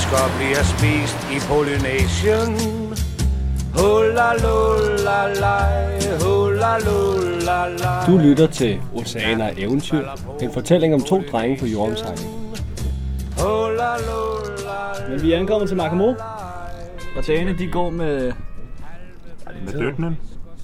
fisker bliver spist i Polynesien. Du lytter til Oceaner af Eventyr, en fortælling om to drenge på jordomsejling. Men vi er ankommet til Makamo, og dagene de går med dykning.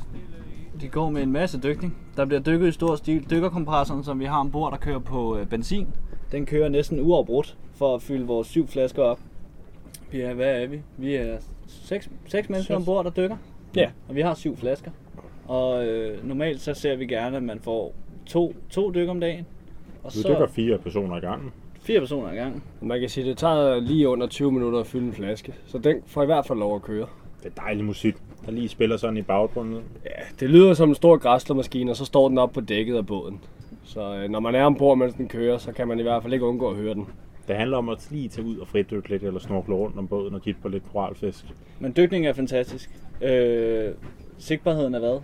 De går med en masse dykning. Der bliver dykket i stor stil. Dykkerkompressoren, som vi har ombord, der kører på benzin, den kører næsten uafbrudt for at fylde vores 7 flasker op. Ja, hvad er vi? Vi er 6 mennesker ombord, der dykker. Ja. Og vi har 7 flasker. Og normalt så ser vi gerne, at man får to dyk om dagen. Og vi dykker 4 personer i gangen. 4 personer i gangen. Man kan sige, at det tager lige under 20 minutter at fylde en flaske. Så den får i hvert fald lov at køre. Det er dejlig musik, der lige spiller sådan i baggrunden. Ja, det lyder som en stor græsslåmaskine, og så står den op på dækket af båden. Så når man er ombord, mens den kører, så kan man i hvert fald ikke undgå at høre den. Det handler om at lige tage ud og fritdykke lidt, eller snorkle rundt om båden og kigge på lidt koralfisk. Men dykning er fantastisk. Sigtbarheden er hvad?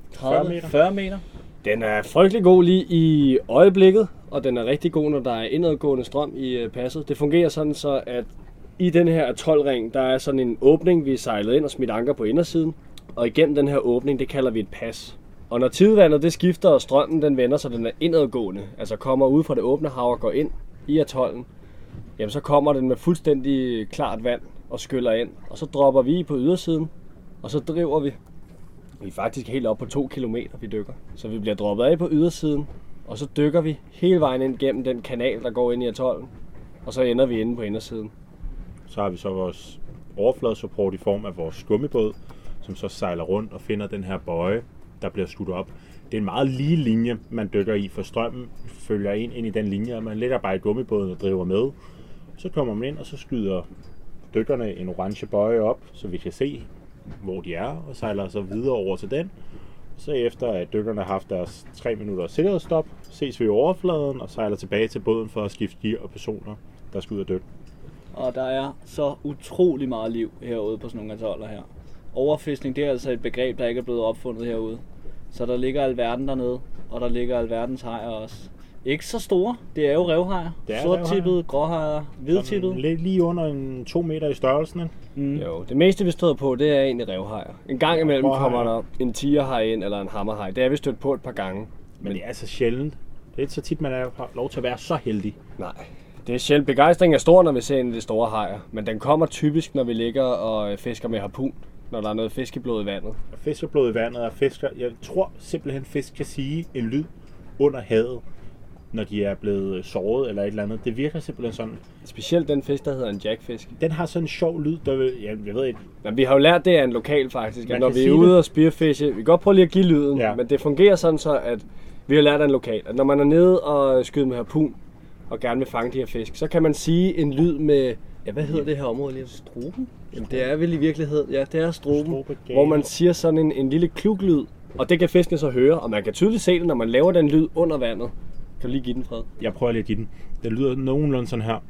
40 meter? Den er frygtelig god lige i øjeblikket, og den er rigtig god, når der er indadgående strøm i passet. Det fungerer sådan så, at i den her atolring, der er sådan en åbning, vi er sejlet ind og smidt anker på indersiden. Og igennem den her åbning, det kalder vi et pas. Og når tidevandet det skifter, og strømmen den vender, så den er indadgående, altså kommer ud fra det åbne hav og går ind i atollen, jamen så kommer den med fuldstændig klart vand og skyller ind. Og så dropper vi på ydersiden, og så driver vi. Vi er faktisk helt op på 2 kilometer, vi dykker. Så vi bliver droppet af på ydersiden, og så dykker vi hele vejen ind gennem den kanal, der går ind i atollen. Og så ender vi inde på indersiden. Så har vi så vores overfladesupport i form af vores gummibåd, som så sejler rundt og finder den her bøje, der bliver skudt op. Det er en meget lige linje, man dykker i, for strømmen følger ind i den linje, og man ligger bare i gummibåden og driver med. Så kommer man ind, og så skyder dykkerne en orange bøje op, så vi kan se, hvor de er, og sejler så videre over til den. Så efter at dykkerne har haft deres 3 minutter sikkerhedsstop, ses vi i overfladen og sejler tilbage til båden for at skifte gear og personer, der skal ud og dykke. Og der er så utrolig meget liv herude på sådan nogle atoller her. Overfiskning, det er altså et begreb, der ikke er blevet opfundet herude. Så der ligger alverden dernede, og der ligger alverdens hajer også. Ikke så store, det er jo revhajer. Sorttippede, gråhajer, hvidtippede. Lidt lige under 2 meter i størrelsen. Jo, det meste vi støder på, det er egentlig revhajer. En gang imellem kommer der en tigerhaj ind, eller en hammerhaj. Det er vi stødt på et par gange. Men det er så sjældent. Det er ikke så tit, man har lov til at være så heldig. Nej. Det er sjældent. Begejstringen er stor, når vi ser en af de store hajer. Men den kommer typisk, når vi ligger og fisker med harpun. Når der er noget fiskeblod i vandet. Og fiskeblod i vandet er fisker. Jeg tror simpelthen, fisk kan sige en lyd under havet, når de er blevet såret eller et eller andet. Det virker simpelthen sådan. Specielt den fisk, der hedder en jackfisk. Den har sådan en sjov lyd, der jeg ved ikke. Men vi har jo lært, det er en lokal faktisk. At når vi er ude og spearfishe, vi kan godt prøve lige at give lyden, ja. Men det fungerer sådan så, at vi har lært af en lokal. At når man er nede og skyder med harpun, og gerne vil fange de her fisk, så kan man sige en lyd med, ja, hvad hedder det her område lige? Stroben? Jamen, det er vel i virkeligheden, ja, det er stroben, hvor man siger sådan en lille kluklyd, og det kan fiskene så høre, og man kan tydeligt se det, når man laver den lyd under vandet. Kan du lige give den, Fred? Jeg prøver lige at give den. Den lyder nogenlunde sådan her.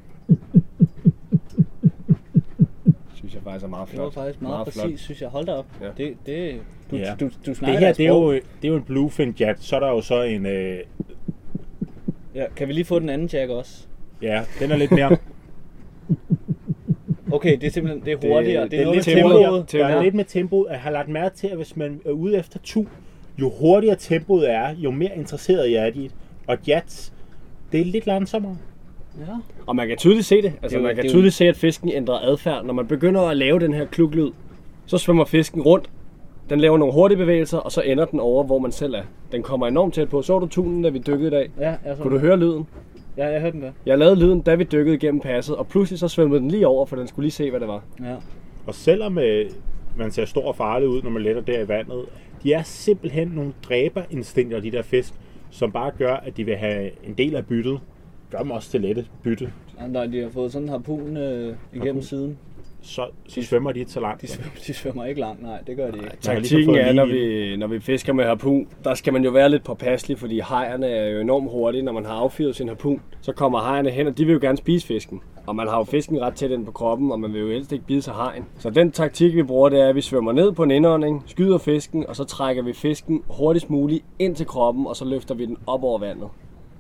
Synes jeg faktisk er meget flot. Det var faktisk meget præcis, synes jeg. Hold da op. Ja. Du snakker det her, det er jo en bluefin jet, så er der jo så en... Ja, kan vi lige få den anden jack også? Ja, den er lidt mere... Okay, det er simpelthen det er hurtigere. Det er lidt tempoet. Der er lidt med tempoet. Jeg har lagt mærke til, at hvis man er ude efter tu, jo hurtigere tempoet er, jo mere interesseret jeg er i det. Og jets, det er lidt langsommere. Ja. Og man kan tydeligt se det. Altså man kan tydeligt se, at fisken ændrer adfærd. Når man begynder at lave den her kluklyd, så svømmer fisken rundt. Den laver nogle hurtige bevægelser, og så ender den over, hvor man selv er. Den kommer enormt tæt på. Så du tunen, da vi dykkede i dag? Ja, kunne du høre lyden? Ja, jeg hørte den der. Jeg lavede lyden, da vi dykkede igennem passet, og pludselig så svømmede den lige over, for den skulle lige se, hvad det var. Ja. Og selvom man ser stor og farlig ud, når man letter der i vandet, de er simpelthen nogle dræberinstinkter, de der fisk, som bare gør, at de vil have en del af byttet. Gør dem også til lette bytte. Ja, når de har fået sådan en harpun igennem siden. Så svømmer de ikke så langt. De svømmer ikke langt, nej, det gør de ikke. Taktikken er, når vi fisker med harpun, der skal man jo være lidt påpasselig, fordi hajerne er jo enormt hurtige. Når man har affyret sin harpun, så kommer hajerne hen, og de vil jo gerne spise fisken. Og man har jo fisken ret tæt ind på kroppen, og man vil jo helst ikke bide sig hajen. Så den taktik, vi bruger, det er, at vi svømmer ned på en indånding, skyder fisken, og så trækker vi fisken hurtigst muligt ind til kroppen, og så løfter vi den op over vandet.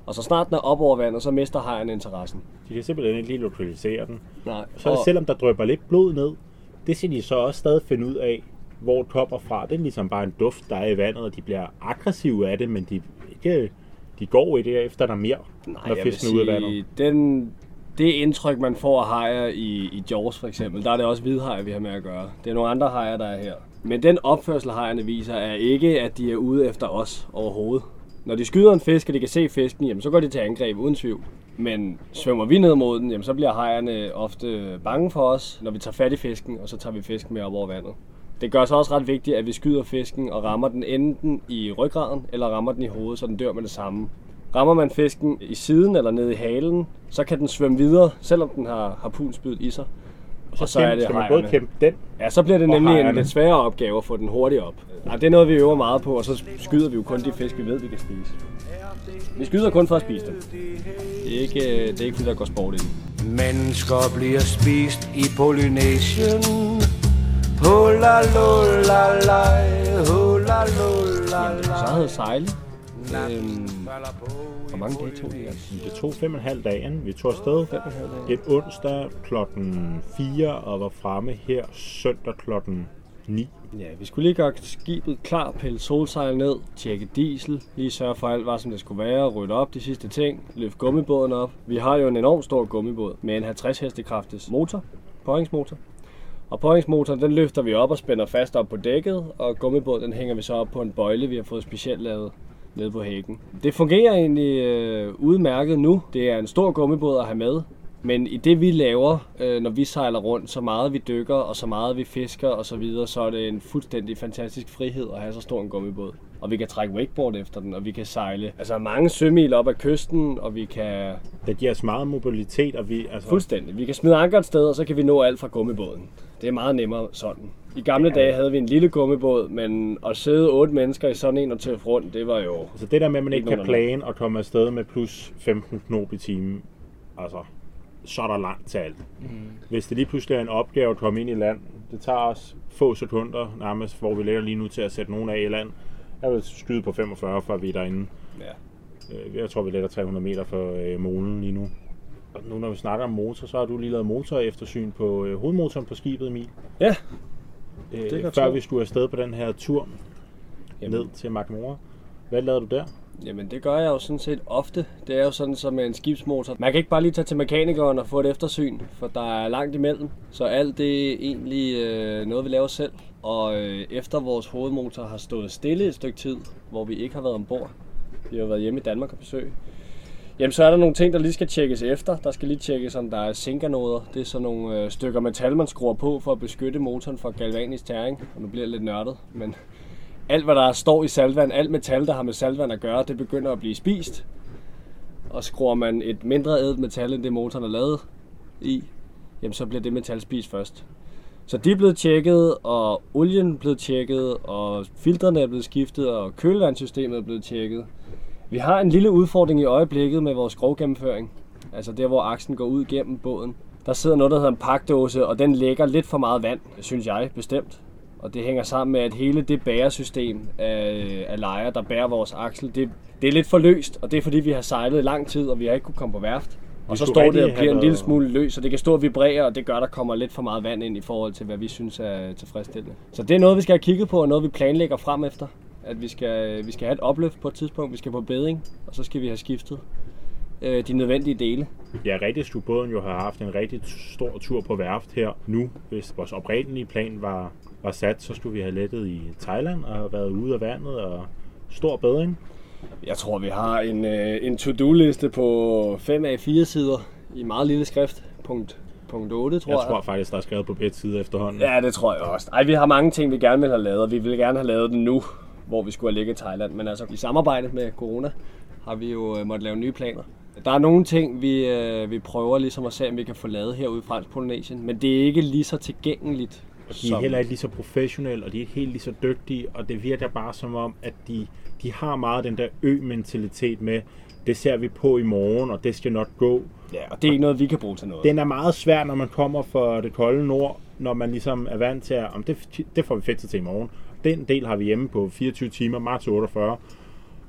Og så snart den er op over vandet, så mister hajerne interessen. De kan simpelthen ikke lige lokalisere den. Nej. Så selvom der drypper lidt blod ned, det skal de så også stadig finde ud af, hvor det kommer fra. Det er ligesom bare en duft, der er i vandet, og de bliver aggressive af det, men de går ikke efter der mere, når fisken er ude af vandet. Det indtryk, man får af hajer i Jaws for eksempel, der er det også hvidhajer, vi har med at gøre. Det er nogle andre hajer, der er her. Men den opførsel, hajerne viser, er ikke, at de er ude efter os overhovedet. Når de skyder en fisk, og de kan se fisken, jamen, så går de til angreb uden tvivl. Men svømmer vi ned mod den, jamen, så bliver hajerne ofte bange for os, når vi tager fat i fisken, og så tager vi fisken med op over vandet. Det gør så også ret vigtigt, at vi skyder fisken og rammer den enten i ryggraden, eller rammer den i hovedet, så den dør med det samme. Rammer man fisken i siden eller nede i halen, så kan den svømme videre, selvom den har harpunspydet i sig. Og så er det skal man både kæmpe den. Ja, så bliver det nemlig en lidt sværere opgave at få den hurtigt op. Ja, det er noget, vi øver meget på, og så skyder vi jo kun de fisk, vi ved, vi kan spise. Vi skyder kun for at spise dem. Det er ikke fordi, der går sport i den. Mennesker bliver spist i Polynesien. Hula lula lej, hula lula lej. Så havde sejle. Hvor mange dage tog det? Det tog 5,5 dage. Vi tog afsted en onsdag klokken 4 og var fremme her søndag klokken 9. Ja, vi skulle lige gøre skibet klar, pille solsejl ned, tjekke diesel, lige sørge for alt var som det skulle være, rydde op de sidste ting, løfte gummibåden op. Vi har jo en enormt stor gummibåd med en 50 hestekraftes motor, påhængsmotor. Og påhængsmotoren, den løfter vi op og spænder fast op på dækket, og gummibåden, den hænger vi så op på en bøjle, vi har fået specielt lavet nede på hækken. Det fungerer egentlig udmærket nu. Det er en stor gummibåd at have med, men i det vi laver, når vi sejler rundt, så meget vi dykker og så meget vi fisker og så videre, så er det en fuldstændig fantastisk frihed at have så stor en gummibåd. Og vi kan trække wakeboard efter den, og vi kan sejle mange sømil op ad kysten, og vi kan... Det giver os meget mobilitet, og vi... Fuldstændig. Vi kan smide anker et sted, og så kan vi nå alt fra gummibåden. Det er meget nemmere sådan. I gamle dage havde vi en lille gummibåd, men at sidde 8 mennesker i sådan en og tøffe rundt, det var jo... Altså det der med, at man ikke kan plane og komme afsted med plus 15 knop i timen, altså, så er der langt til alt. Hvis det lige pludselig er en opgave at komme ind i land, det tager os få sekunder nærmest, hvor vi lægger lige nu til at sætte nogen af i land. Jeg vil skyde på 45, før vi er derinde. Ja. Jeg tror, vi lægger 300 meter for molen lige nu. Og nu når vi snakker om motor, så har du lige lavet motoreftersyn på hovedmotoren på skibet, Emil. Ja. Før vi skulle afsted på den her tur ned til Macmora. Hvad lavede du der? Jamen det gør jeg jo sådan set ofte. Det er jo sådan som med en skibsmotor. Man kan ikke bare lige tage til mekanikeren og få et eftersyn, for der er langt imellem. Så alt det er egentlig noget, vi laver selv. Og efter vores hovedmotor har stået stille et stykke tid, hvor vi ikke har været ombord, vi har været hjemme i Danmark og besøg, jamen så er der nogle ting, der lige skal tjekkes efter. Der skal lige tjekkes, om der er sinkanoder. Det er sådan nogle stykker metal, man skruer på for at beskytte motoren fra galvanisk tæring. Og nu bliver det lidt nørdet, men alt hvad der står i saltvand, alt metal, der har med saltvand at gøre, det begynder at blive spist. Og skruer man et mindre ædelt metal, end det motoren er lavet i, jamen så bliver det metal spist først. Så de er blevet tjekket, og olien er blevet tjekket, og filtrene er blevet skiftet, og kølevandssystemet er blevet tjekket. Vi har en lille udfordring i øjeblikket med vores skroggennemføring. Altså der, hvor aksen går ud gennem båden. Der sidder noget, der hedder en pakdåse, og den lægger lidt for meget vand, synes jeg bestemt. Og det hænger sammen med, at hele det bæresystem af lejer, der bærer vores aksel, det er lidt for løst. Og det er fordi, vi har sejlet i lang tid, og vi har ikke kunnet komme på værft. Og så står det og bliver en lille smule løs, så det kan stå og vibrere, og det gør, der kommer lidt for meget vand ind i forhold til, hvad vi synes er tilfredsstillende. Så det er noget, vi skal have kigget på, og noget, vi planlægger frem efter. At vi skal have et opløft på et tidspunkt, vi skal på bedring, og så skal vi have skiftet de nødvendige dele. Ja, rigtig skulle båden jo have haft en rigtig stor tur på værft her nu. Hvis vores oprindelige plan var sat, så skulle vi have lettet i Thailand og have været ude af vandet og stor bedring. Jeg tror, vi har en to-do-liste på 5 af 4 sider i meget lille skrift. Punkt 8, tror jeg. Jeg tror faktisk, der er skrevet på begge sider efterhånden. Ja, det tror jeg også. Ej, vi har mange ting, vi gerne vil have lavet, og vi vil gerne have lavet den nu, hvor vi skulle have ligget i Thailand. Men altså, i samarbejde med corona har vi jo måttet lave nye planer. Der er nogle ting, vi prøver ligesom at se, om vi kan få lavet herude i Fransk Polynesien, men det er ikke lige så tilgængeligt. Og de er heller ikke lige så professionelle, og de er ikke helt lige så dygtige, og det virker bare som om, at de har meget den der ø-mentalitet med, det ser vi på i morgen, og det skal nok gå. Ja, og det er ikke noget, vi kan bruge til noget. Den er meget svær, når man kommer fra det kolde nord, når man ligesom er vant til, at det får vi fedt til i morgen. Den del har vi hjemme på 24 timer, marts 48.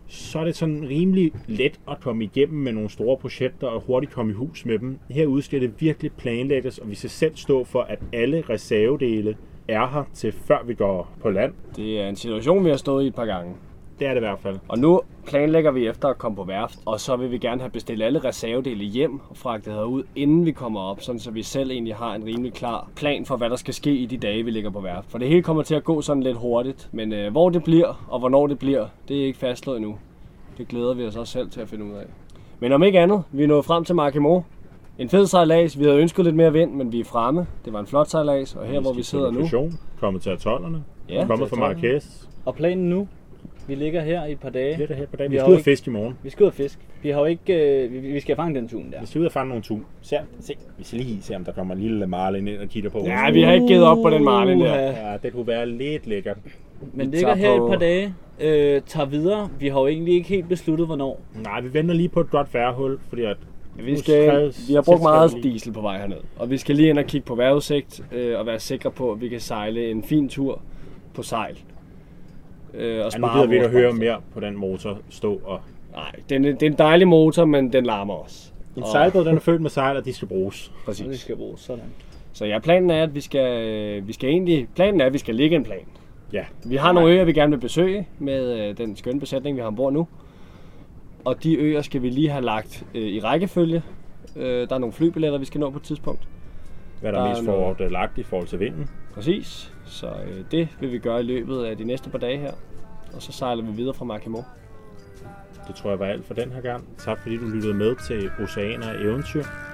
så er det sådan rimelig let at komme igennem med nogle store projekter og hurtigt komme i hus med dem. Herude skal det virkelig planlægges, og vi skal selv stå for, at alle reservedele er her til før vi går på land. Det er en situation, vi har stået i et par gange. Det er det i hvert fald. Og nu planlægger vi efter at komme på værft, og så vil vi gerne have bestilt alle reservedele hjem og fragtet herud, inden vi kommer op, sådan så vi selv egentlig har en rimelig klar plan for, hvad der skal ske i de dage, vi ligger på værft. For det hele kommer til at gå sådan lidt hurtigt, men hvor det bliver og hvornår det bliver, det er ikke fastslået endnu. Det glæder vi os også selv til at finde ud af. Men om ikke andet, vi er nået frem til Marquemont. En fed sejlads. Vi havde ønsket lidt mere vind, men vi er fremme. Det var en flot sejlads, og her hvor vi sidder nu. Kommet til atollerne. Ja, kommet fra Marrakech. Og planen nu? Vi ligger her i et par dage. Vi skal ud og fiske i morgen. Vi skal ud og fiske. Vi har jo ikke... vi skal fange den tun der. Vi skal ud og fange nogle tun. Vi skal lige se, om der kommer en lille marlin ind og kigger på. Ja, vi har ikke givet op på den marlin der. Ja, det kunne være lidt lækkert. Men ligger her i et par dage. Tager videre. Vi har jo egentlig ikke helt besluttet, hvornår. Nej, vi venter lige på et godt vejrhul, fordi at... Vi har brugt meget diesel på vej herned, og vi skal lige ind og kigge på vejrudsigt og være sikre på, at vi kan sejle en fin tur på sejl. Nu gider vi ikke at høre mere på den motor stå og... Nej, det er en dejlig motor, men den larmer også. En sejlbåd, den er fyldt med sejl, og de skal bruges. Præcis. De skal bruges, sådan. Så ja, planen er, at vi skal ligge en plan. Ja. Vi har nogle øer, vi gerne vil besøge med den skønne besætning, vi har ombord nu. Og de øer skal vi lige have lagt i rækkefølge. Der er nogle flybilletter, vi skal nå på et tidspunkt. Hvad der er mest fordelagt i forhold til vinden. Præcis. Så det vil vi gøre i løbet af de næste par dage her. Og så sejler vi videre fra Marquemont. Det tror jeg var alt for den her gang. Tak fordi du lyttede med til Oceaner af Eventyr.